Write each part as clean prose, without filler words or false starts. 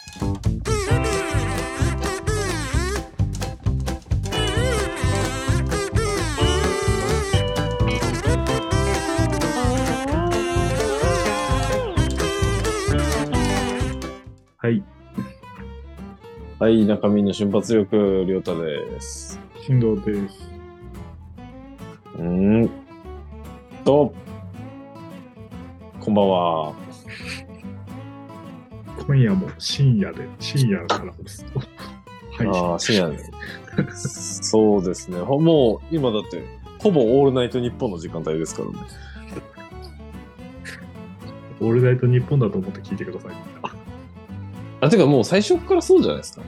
はい。 はい、中身の瞬発力、りょうたです。 振動です。 こんばんは。 今夜も深夜からです。 はい。深夜で。そうですね。もう、今だって、ほぼオールナイトニッポンの時間帯ですからね。 オールナイトニッポンだと思って聞いてください。 てかもう最初からそうじゃないですか。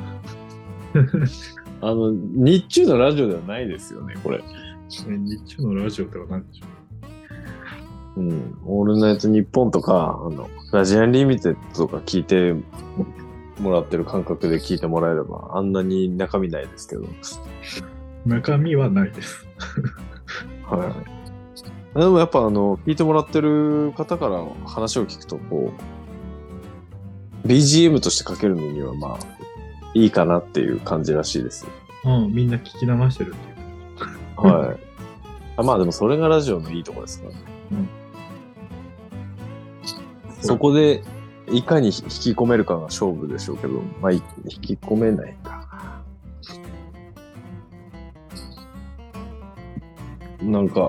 日中のラジオではないですよね、これ。 日中のラジオでは何でしょう。オールナイトニッポンとか、ラジアンリミテッドとか聞いてもらってる感覚で聞いてもらえれば、あんなに中身ないですけど。 中身はないです。 はい。でもやっぱ聞いてもらってる方から話を聞くと、こう、BGM としてかけるのにはまあ、いいかなっていう感じらしいです。 みんな聞き流してるっていう。 はい。まあでもそれがラジオのいいところですからね。そこで、いかに引き込めるかが勝負でしょうけど、まあ、引き込めないか。なんか、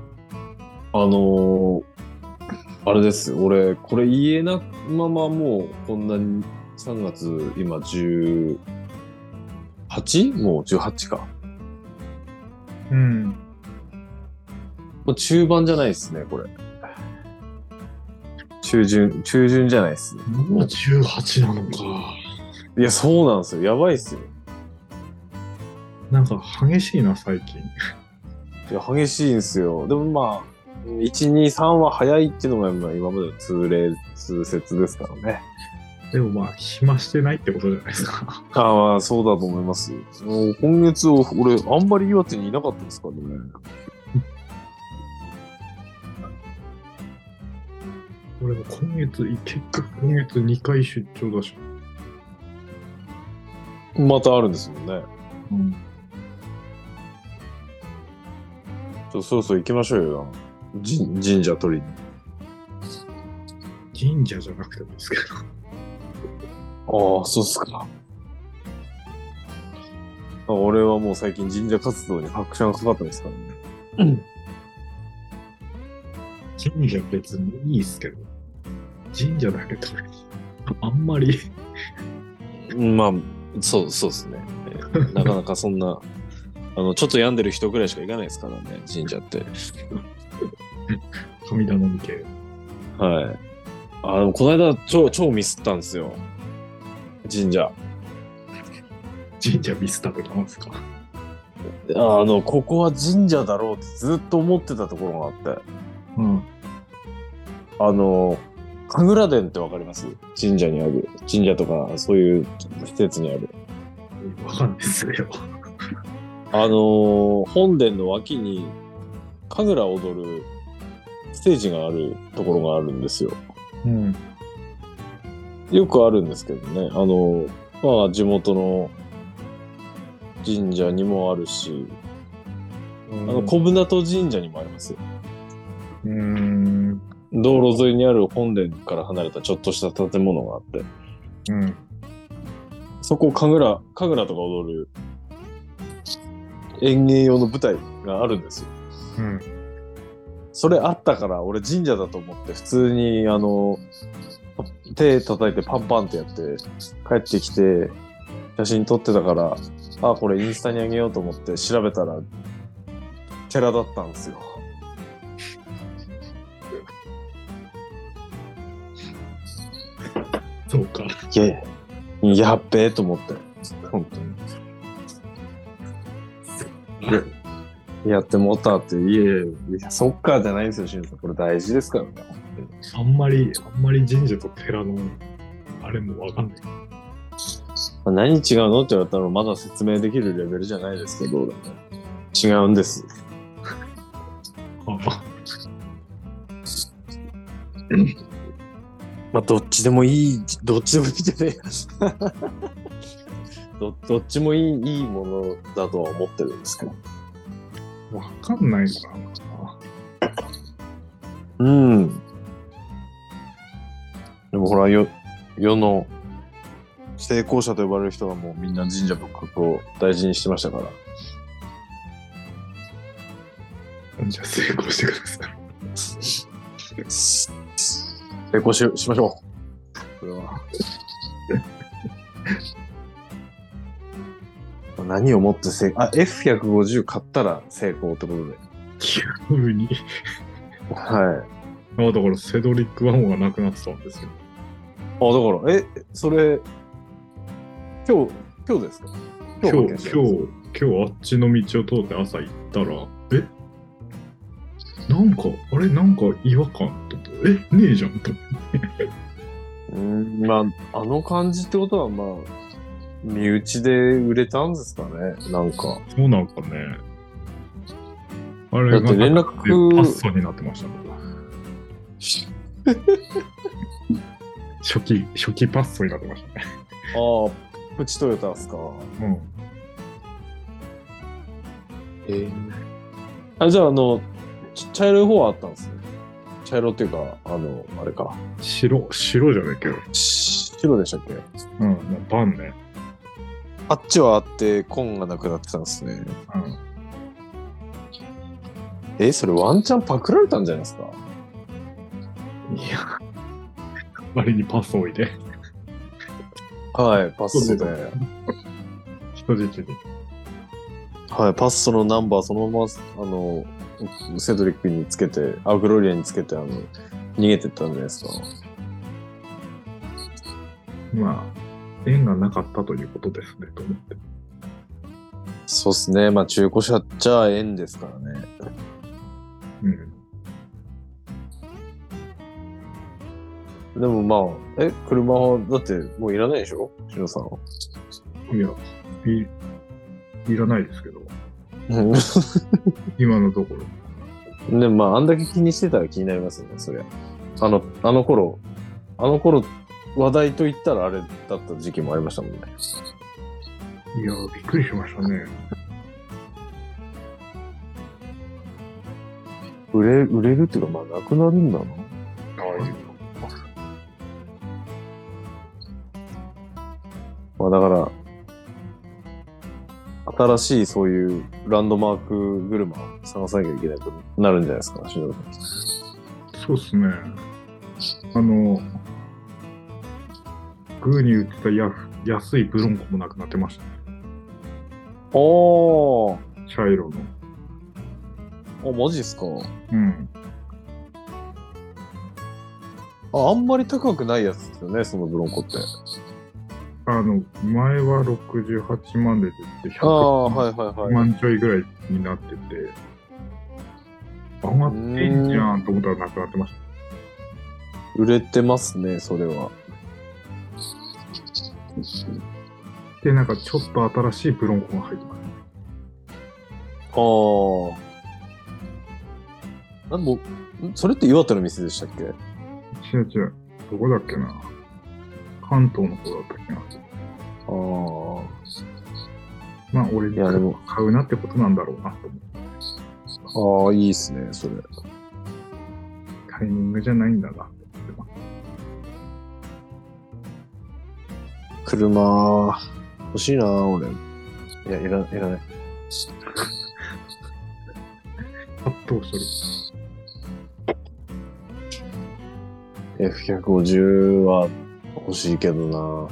あれです。俺、これ言えなままもうこんなに3月今 18？ もう18か。もう中盤じゃないですね、これ。中旬じゃないですね。 もう18なのか。 いや、そうなんですよ。やばいっすよ。 なんか激しいな、最近。 いや、激しいんですよ。でもまあ、1、2、3は早いっていうのが今までの通説ですからね。 でもまあ、暇してないってことじゃないですか。 ああ、そうだと思います。今月、俺、あんまり岩手にいなかったですからね。 俺も結果今月2回出張だし。 またあるんですもんね。そろそろ行きましょうよ。神社取りに。 神社じゃなくてもいいですけど。 ああ、そうっすか。俺はもう最近神社活動に拍車がかかったんですからね。 神社別にいいっすけど、神社だけど、あんまり。 まあ、そうですね。なかなかそんな、ちょっと病んでる人ぐらいしか行かないですからね、神社って。 神頼み系。 はい。でもこの間超ミスったんですよ。神社ミスったってなんですか？ ここは神社だろうってずっと思ってたところがあって。神楽殿ってわかります？神社にある。神社とかそういう施設にある。 わかんないですよ。 本殿の脇に神楽を踊るステージがあるところがあるんですよ。よくあるんですけどね。まあ地元の神社にもあるし、小船渡神社にもありますよ。道路沿いにある本殿から離れたちょっとした建物があって、そこ神楽とか踊る演芸用の舞台があるんですよ。それあったから俺神社だと思って普通に手叩いてパンパンってやって帰ってきて写真撮ってたから、これインスタにあげようと思って調べたら寺だったんですよ。 そうか。 やっべえと思って。本当に。やってもったって、いや、そっかじゃないんですよ、しんさん。これ大事ですからね。 あんまり神社と寺の、あれもわかんない。 何違うのって言われたらまだ説明できるレベルじゃないですけど、違うんです。 まあ、どっちでもいいじゃねえやどっちもいいものだとは思ってるんですけど。 わかんないのかな。 うん。でもほら、世の成功者と呼ばれる人はもうみんな神社仏閣を大事にしてましたから。 じゃあ成功してください。 成功しましょう。これは。何をもってF150 買ったら成功ってことで。 急に。 はい。 だからセドリック・ワンがなくなってたんですよ。 だから、それ、今日ですか？ 今日あっちの道を通って朝行ったら、なんか違和感とねえじゃんと。 まあ、あの感じってことは、まあ、身内で売れたんですかね、なんか。 そうなんかね。あれがだって連絡パッソになってましたね。初期パッソになってましたね。 ああ、プチトヨタですか。 うん。 じゃあ、茶色い方はあったんですね。茶色っていうか、あれか。 白じゃねえけど。 白でしたっけ？ うん、バンね。 あっちはあって、紺がなくなってたんですね。 うん。 それワンチャンパクられたんじゃないですか？ いや、割にパス置いて。 はい、パッソで。 人質に。 はい、パッソのナンバーそのまま、セドリックにつけて、グロリアにつけて、逃げてったんじゃないですか。 まあ、縁がなかったということですね、と思って。 そうっすね。まあ、中古車じゃ縁ですからね。 うん。 でもまあ、車は、だってもういらないでしょ？シノさんは。 いや、いらないですけど。今のところ。でもまあ、あんだけ気にしてたら気になりますよね、そりゃ。あの頃、話題と言ったらあれだった時期もありましたもんね。 いや、びっくりしましたね。 売れるっていうか、まあ、なくなるんだな。まあ、だから、新しいそういうランドマーク車を探さなきゃいけないとなるんじゃないですか、篠田さん。 そうっすね。グーに売ってた安いブロンコもなくなってましたね。茶色の。 マジっすか？ うん。 あんまり高くないやつですよね、そのブロンコって。 前は68万で出て 100 万ちょいぐらいになってて、上がってんじゃんと思ったらなくなってました。 売れてますね、それは。 で、なんかちょっと新しいブロンコが入ってます。 それって岩手の店でしたっけ？ 違う。どこだっけな。関東の方だったっけな。まあ、俺に買うなってことなんだろうなと思って。いいっすね、それ。 タイミングじゃないんだなって思ってます。 車、欲しいな俺。いや、いらない。 圧倒する。F150 は欲しいけどな。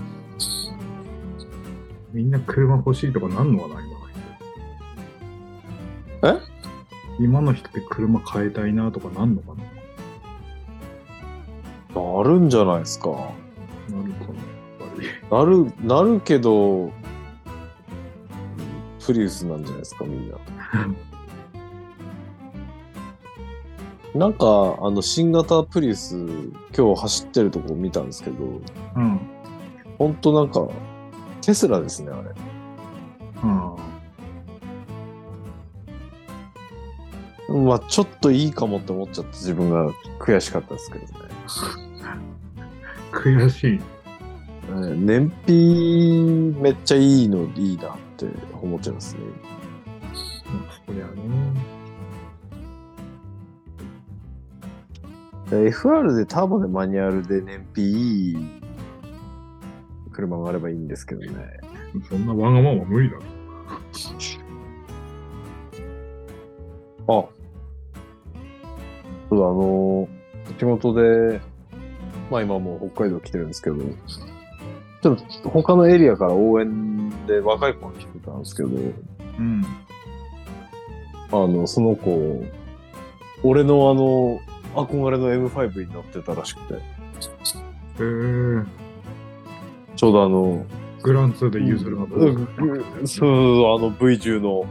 みんな車欲しいとかなんのかな、今の人。今の人って車変えたいなとかなんのかな。 なるんじゃないですか。 なるかな、やっぱり。なるけど、プリウスなんじゃないですか、みんな。なんか、新型プリウス、今日走ってるとこ見たんですけど、 うん。 ほんとなんか、テスラですね、あれ。まあ、ちょっといいかもって思っちゃって自分が悔しかったですけどね。 悔しい。 燃費めっちゃいいなって思っちゃいますね。 そりゃね。 FR でターボでマニュアルで燃費いい車があればいいんですけどね。 そんなわがまま無理だろ。 あ、そうだ、仕事で、まあ今もう北海道来てるんですけど、ちょっと他のエリアから応援で若い子が来てたんですけど、 うん。 その子、俺の憧れの M5 に乗ってたらしくて、ちょうどグランツーで譲るのと。 そう、V10 の、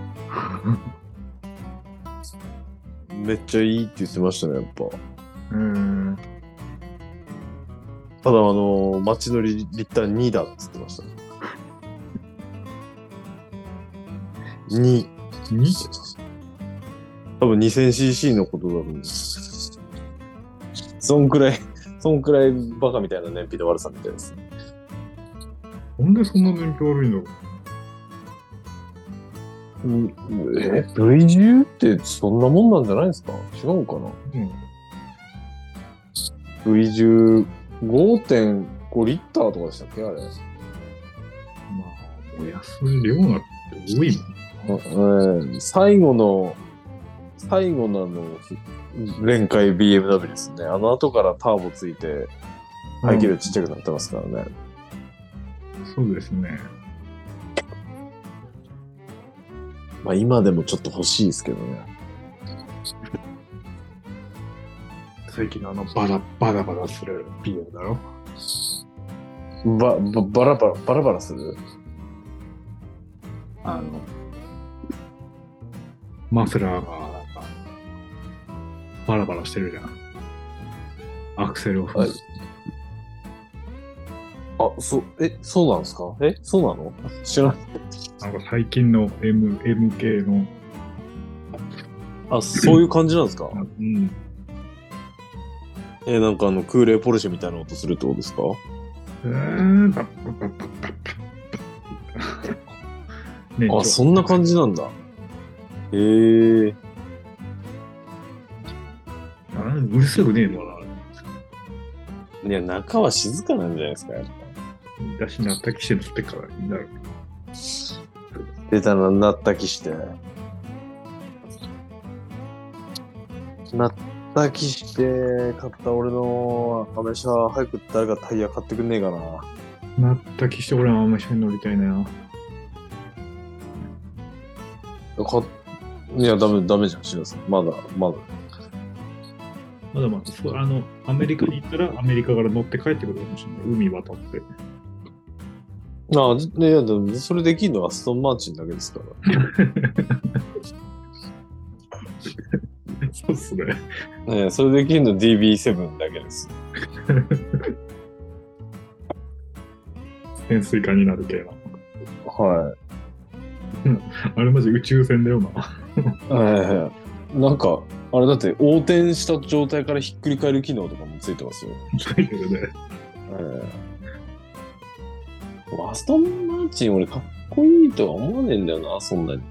めっちゃいいって言ってましたね、やっぱ。ただ、街乗りリッター2だって言ってましたね。2。多分 2000cc のことだと思う。そんくらいバカみたいな燃費の悪さみたいです。 なんでそんな燃費悪いの ？V10 ってそんなもんなんじゃないですか？違うかな？V10 5.5 リッターとかでしたっけあれ？ まあ、燃やす量が多いもん。最後の連回 BMW ですね。後からターボついて、排気量ちっちゃくなってますからね。 そうですね。 まあ今でもちょっと欲しいですけどね。 最近のバラバラする BM だろ。 バラバラする？ マフラーがバラバラしてるじゃん。アクセルを踏む。 そうなんですか？そうなの？知らない。 なんか最近の M 系の。 そういう感じなんですか？ うん。 なんか空冷ポルシェみたいな音するってことですか？ね、そんな感じなんだ。うるせくねえのかな。いや、中は静かなんじゃないですか、やっぱ。 だし、なったきして乗ってからになる。 出たな、なったきして。なったきして、買った俺のアメ車、早く誰かタイヤ買ってくんねえかな。 なったきして俺はアメ車に乗りたいな。 いや、ダメじゃん、シラさん。まだ。 そう、アメリカに行ったら、アメリカから乗って帰ってくるかもしれない。海渡って。 いや、でもそれできるのはアストンマーチンだけですから。 そうっすね。 それできるの DB7 だけです。 潜水艦になる系な。 はい。 あれマジ宇宙船だよな。 なんか、あれだって横転した状態からひっくり返る機能とかもついてますよ。 ついてるね。 アストンマーチン俺かっこいいとは思わねえんだよな、そんなに。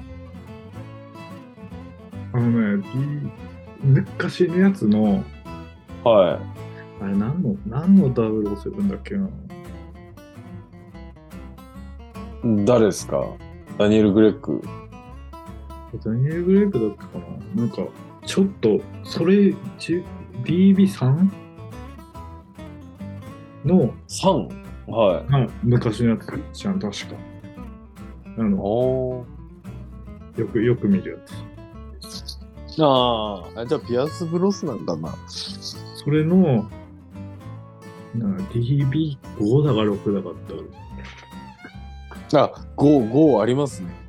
昔のやつの、 はい。 あれ何の007だっけな。 誰ですか？ダニエル・グレッグ。 ダニエル・グレッグだったかな。なんか、ちょっと、それ、DB3 の 3？ はい。 昔のやつじゃん、確か。よく見るやつ。 じゃあピアス・ブロスなんだな。 それの、DB5 だか6だかってある。 5ありますね。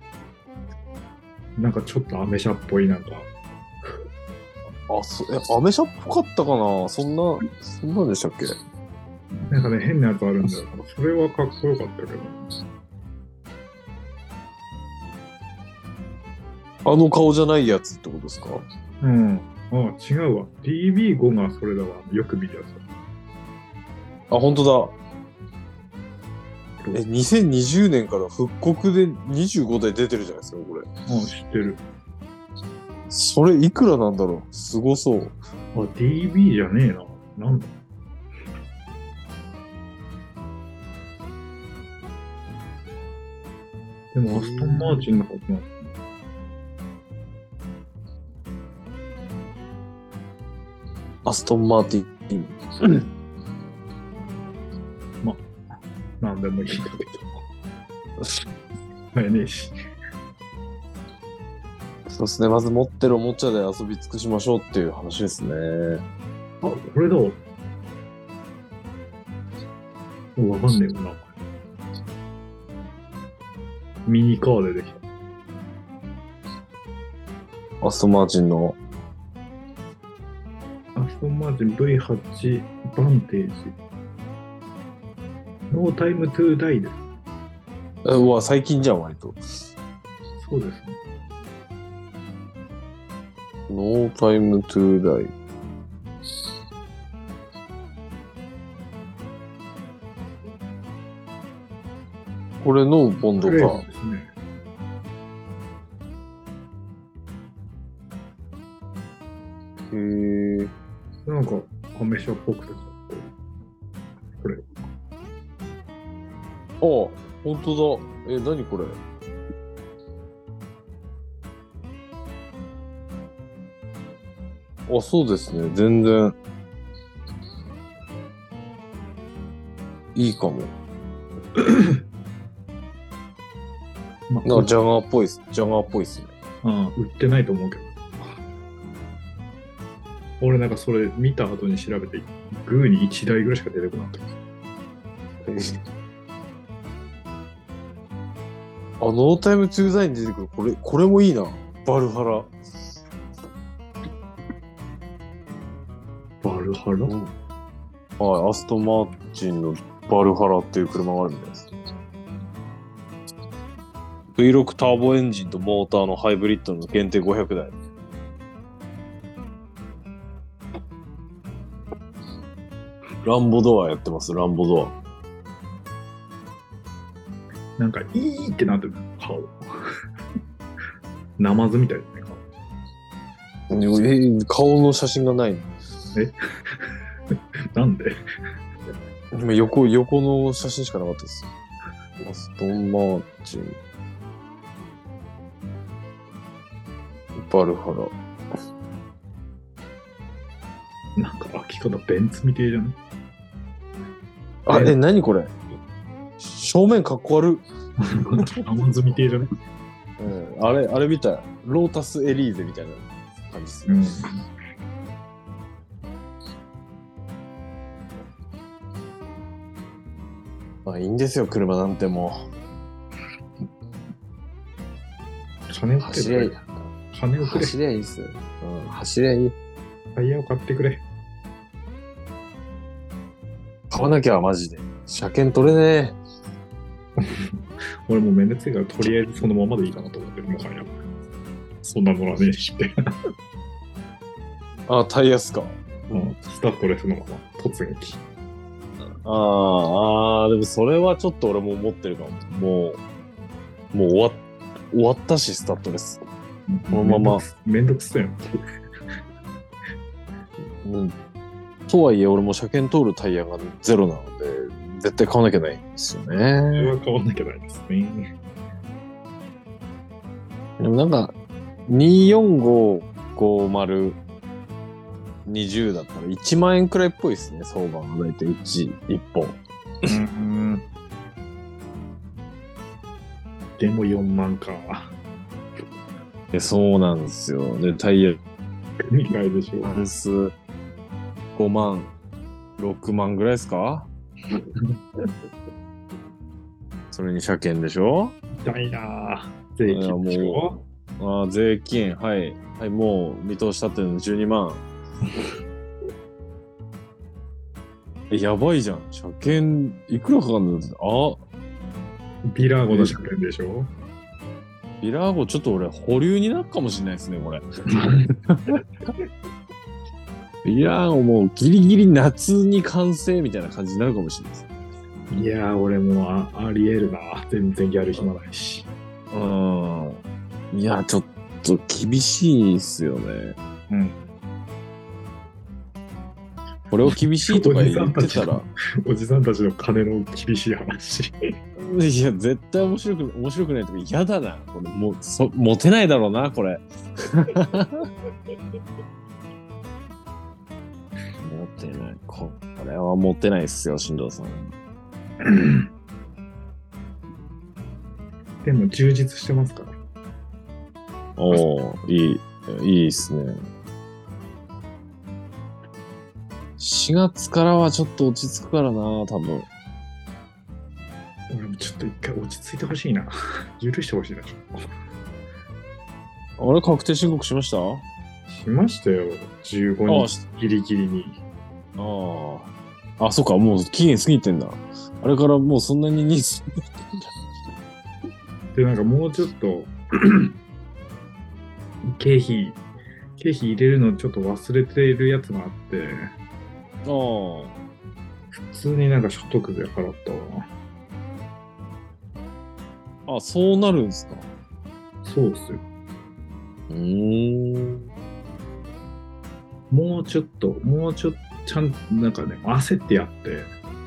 なんかちょっとアメ車っぽいなんか。 アメ車っぽかったかな？そんなんでしたっけ？ なんかね、変なやつあるんだよ。それはかっこよかったけど。 顔じゃないやつってことですか？ うん。違うわ。DB5 がそれだわ。よく見るやあ、本当だ。2020年から復刻で25台出てるじゃないですか、これ。 知ってる。 それいくらなんだろう。すごそう。 DB じゃねえな。なんだ。でもアストンマーチンのはずなの。 アストンマーティン。 なんでもいいんだけど。買えねえし。 そうですね。まず持ってるおもちゃで遊び尽くしましょうっていう話ですね。 これだ。わかんねえよな。ミニカーでできアストンマーチンの。 た。アストンマーチン V8 バンテージ。ノータイムトゥーダイです。 うわ、最近じゃん、割と。 そうですね。 ノータイムトゥーダイ。これのボンドか。 ですね。 へえ。 なんか、アメ車っぽくてさ、これ。 あ、本当だ。何これ。あ、そうですね。全然。いいかも。なんかジャガーっぽいっす。ジャガーっぽいっすね。 売ってないと思うけど。俺なんかそれ見た後に調べて、グーに1台ぐらいしか出てこなかった。 ノータイムトゥーダイに出てくる。これもいいな。バルハラ。 バルハラ、 はい、アストンマーチンのバルハラっていう車があるみたいです。V6 ターボエンジンとモーターのハイブリッドの限定500台。ランボドアやってます、ランボドア。 なんかいいってなってる顔。ナマズみたいですね、 顔の写真がないの。 なんで今横の写真しかなかったです。アストンマーチン。バルハラ。なんか開き方ベンツみてえじゃん。 何これ。正面かっこ悪い。 ナマズみてえじゃん。 あれみたい。ロータスエリーゼみたいな感じですね。いいんですよ、車なんてもう。金を走りゃいい。 金をくれ。 走りゃいいっす。走りゃいい。 タイヤを買ってくれ。 買わなきゃ、マジで。車検取れね俺もうめんどくせえから、とりあえずそのままでいいかなと思ってる、もはや。そんな乗らねえしって。 タイヤっすか。 スタッドレスのまま突撃。 でもそれはちょっと俺も思ってるかも。もう終わったし、スタッドレス。このまま。 めんどくせえよ。 とはいえ、俺も車検通るタイヤがゼロなので、絶対買わなきゃないんですよね。 それは買わなきゃないですね。 でもなんか、24550 20だったら1万円くらいっぽいですね、相場がだいたい1本。 でも4万か。 そうなんですよ。で、タイヤ、 2回でしょ。 半数5万、6万ぐらいですかそれに車検でしょ。 痛いなぁ。税金でしょ。 税金、はい。はい、もう見通し立ってるの12万。やばいじゃん。車検、いくらかかるんだって。 ビラーゴの車検でしょ。 ビラーゴ、ちょっと俺、保留になるかもしれないですね、これ。 いやー、もうギリギリ夏に完成みたいな感じになるかもしれないです。 いやー、俺もあり得るな。全然やる暇ないし。 いや、ちょっと厳しいっすよね。 うん。 これを厳しいとか言ってたら。 おじさんたちの金の厳しい話。 いや、絶対面白くないとか嫌だな。これモテないだろうな、これ。モテない。これはモテないっすよ、新藤さん。 でも充実してますから。 おー、いいっすね。4月からはちょっと落ち着くからな、多分。 俺もちょっと一回落ち着いてほしいな。許してほしいな、ちょっと。あれ、確定申告しました？ しましたよ。15日ギリギリに。 あ、そっか、もう期限過ぎてんだ。あれからもうそんなに日数で、なんかもうちょっと経費入れるのちょっと忘れてるやつがあって、普通になんか所得税払ったわ。 そうなるんですか？ そうっすよ。もうちょっと、ちゃんと、なんかね、焦ってやって。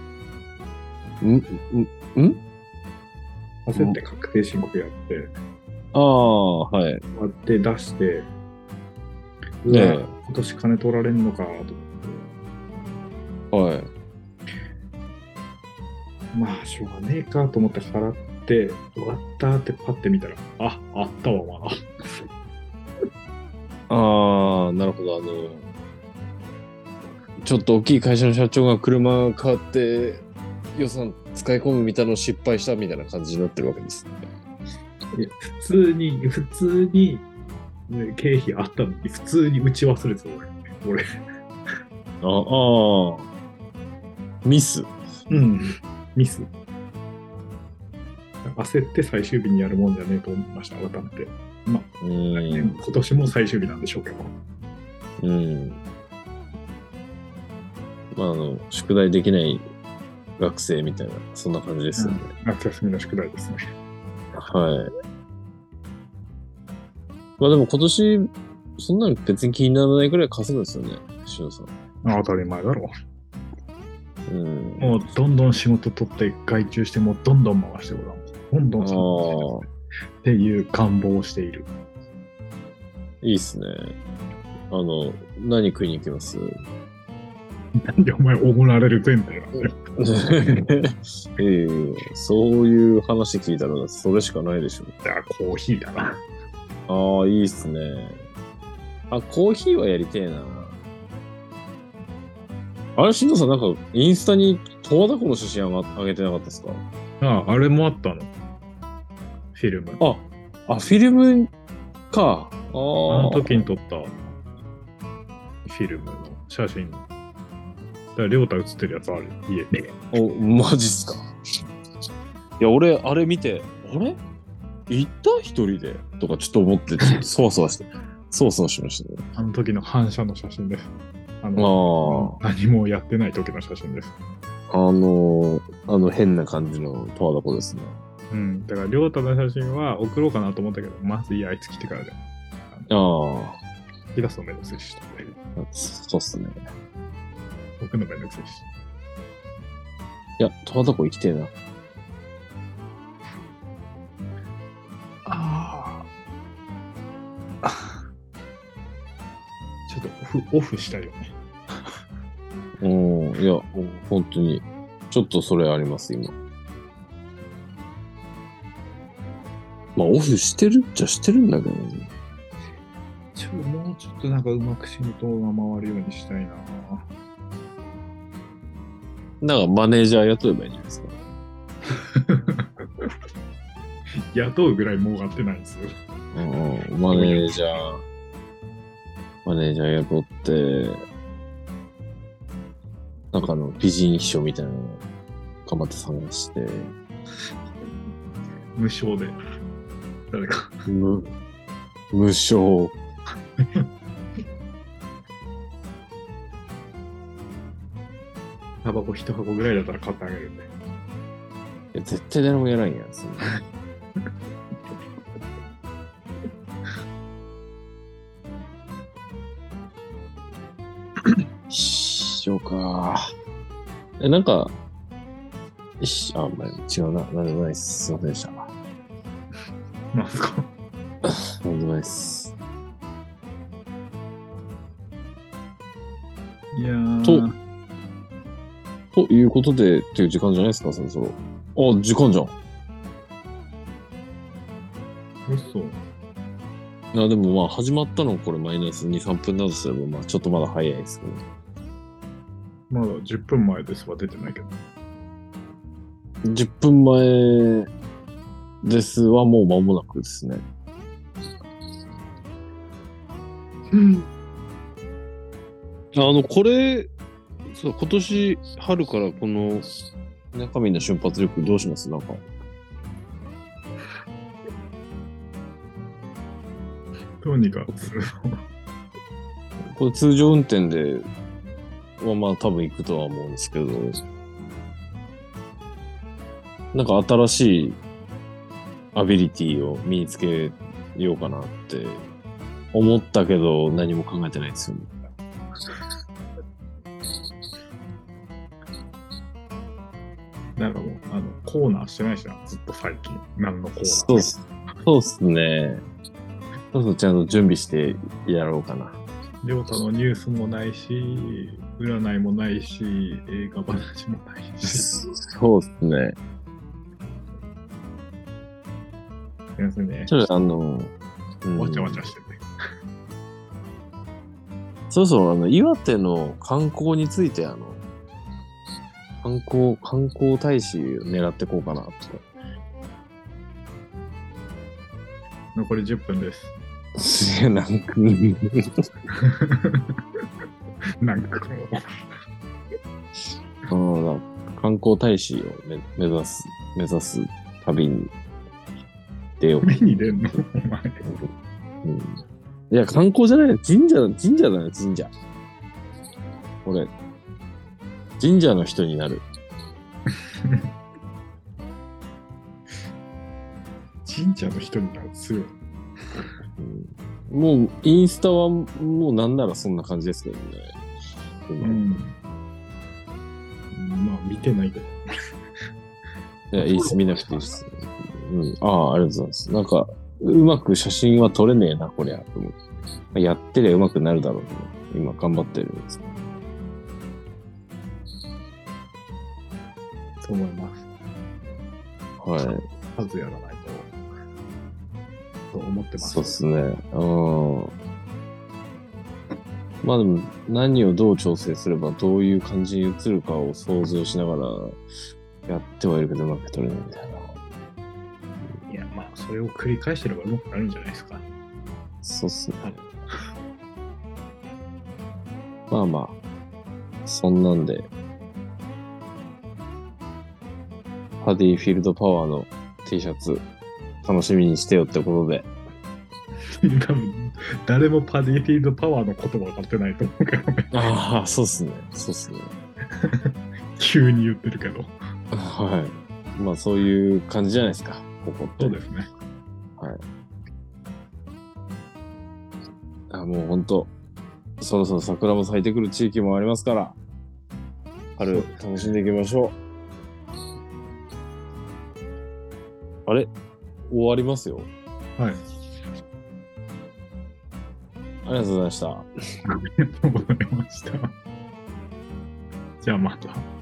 焦って確定申告やって。 はい。 やって出して、今年金取られんのかと思って。はい。 まあ、しょうがねえかと思って払って、終わったってパッて見たら、あったわ、まだ。 なるほど。ちょっと大きい会社の社長が車買って予算使い込むみたいなのを失敗したみたいな感じになってるわけですね。 いや、普通に、ね、経費あったのに、普通に打ち忘れてた俺。 ミス。 ミス。焦って最終日にやるもんじゃねえと思いました、改めて。まあ、今年も最終日なんでしょうけど。 宿題できない学生みたいな、そんな感じですよね。 夏休みの宿題ですね。 はい。まあでも今年、そんなの別に気にならないくらい稼ぐんですよね、しのさん。 当たり前だろう。もうどんどん仕事取って外注してもうどんどん回してごらん。どんどんっていう願望をしている。 いいっすね。何食いに行きます？ なんでお前おごられる前提なんだよ。 そういう話聞いたらそれしかないでしょ。 じゃあコーヒーだな。 いいっすね。コーヒーはやりてえな。あれ、しんどさんなんかインスタに十和田湖の写真上げてなかったですか？ あれもあったの。フィルム。 フィルムか。 あの時に撮ったフィルムの写真。だからりょうた写ってるやつある家で。 マジっすか。いや、俺あれ見て、あれ行った一人でとかちょっと思ってそわそわしましたね。 あの時の反射の写真です。何もやってない時の写真です。 変な感じの十和田湖ですね。 だからりょうたの写真は送ろうかなと思ったけど、まずあいつ来てからで。引き出すのめんどくせえし。 そうっすね。 僕のめんどくせえし。 いや、十和田湖行きてえな。 ちょっとオフしたいよね。 いや、本当に、ちょっとそれあります、今。まあ、オフしてるっちゃしてるんだけどね。 もうちょっとなんかうまく仕事が回るようにしたいな。 なんかマネージャー雇えばいいんじゃないですか。 雇うぐらい儲かってないんですよ。 マネージャー雇って、なんか美人秘書みたいなのを頑張って探して。 無償で。誰か。 無償。 タバコ1箱ぐらいだったら買ってあげるんで。 いや絶対誰もやらんやん。そんなしようか。なんか、まあ、違うな。なんでもないです。すいませんでした。 なんすか？ なんでもないです。 いやー。 ということで、っていう時間じゃないですか、そろそろ。あ、時間じゃん。 嘘。 でもまあ、始まったのこれマイナス2、3分だとすれば、まあ、ちょっとまだ早いですけど。 まだ10分前ですは出てないけど。 10分前ですはもう間もなくですね。これ、そう、今年春からこの中身の瞬発力どうします？なんか。 どうにかこれ通常運転ではまあ多分行くとは思うんですけど、なんか新しいアビリティを身につけようかなって思ったけど何も考えてないですよね。 なんかもう、コーナーしてないしな、ずっと最近。何のコーナー。 そうっすね。そうちゃんと準備してやろうかな。 りょうたのニュースもないし、占いもないし、映画話もないし。 そうっすね。 すいませんね。 ちょっとわちゃわちゃしてて。 そうそう、岩手の観光について、観光大使を狙っていこうかなと。 残り10分です。 なんか観光大使を目指す旅に出よう。 旅に出んのお前、 いや、観光じゃない。神社だよ、神社。俺、神社の人になる。 神社の人になる強い。 もう、インスタはもうなんならそんな感じですけどね。 まあ、見てないけど。 いや、いいっす。見なくていいっす。ありがとうございます。なんか、うまく写真は撮れねえな、こりゃ。と思って。やってりゃうまくなるだろうと思って。今、頑張ってるんです。 そう思います。 はい。 数やらないと思ってます。 そうっすね。まあでも、何をどう調整すればどういう感じに映るかを想像しながらやってはいるけどうまく撮れないみたいな。 いや、まあ、それを繰り返してればうまくなるんじゃないですか。 そうっすね。まあまあ、そんなんで、パディフィールドパワーの T シャツ、楽しみにしてよってことで。 多分、誰もパディフィールドパワーのこと分かってないと思うけどね。 ああ、そうっすね。 急に言ってるけど。 はい。まあ、そういう感じじゃないですか、ここって。 そうですね。 はい。もうほんと、そろそろ桜も咲いてくる地域もありますから、春楽しんでいきましょう。あれ？終わりますよ。 はい。 ありがとうございました。 ありがとうございました。じゃあまた。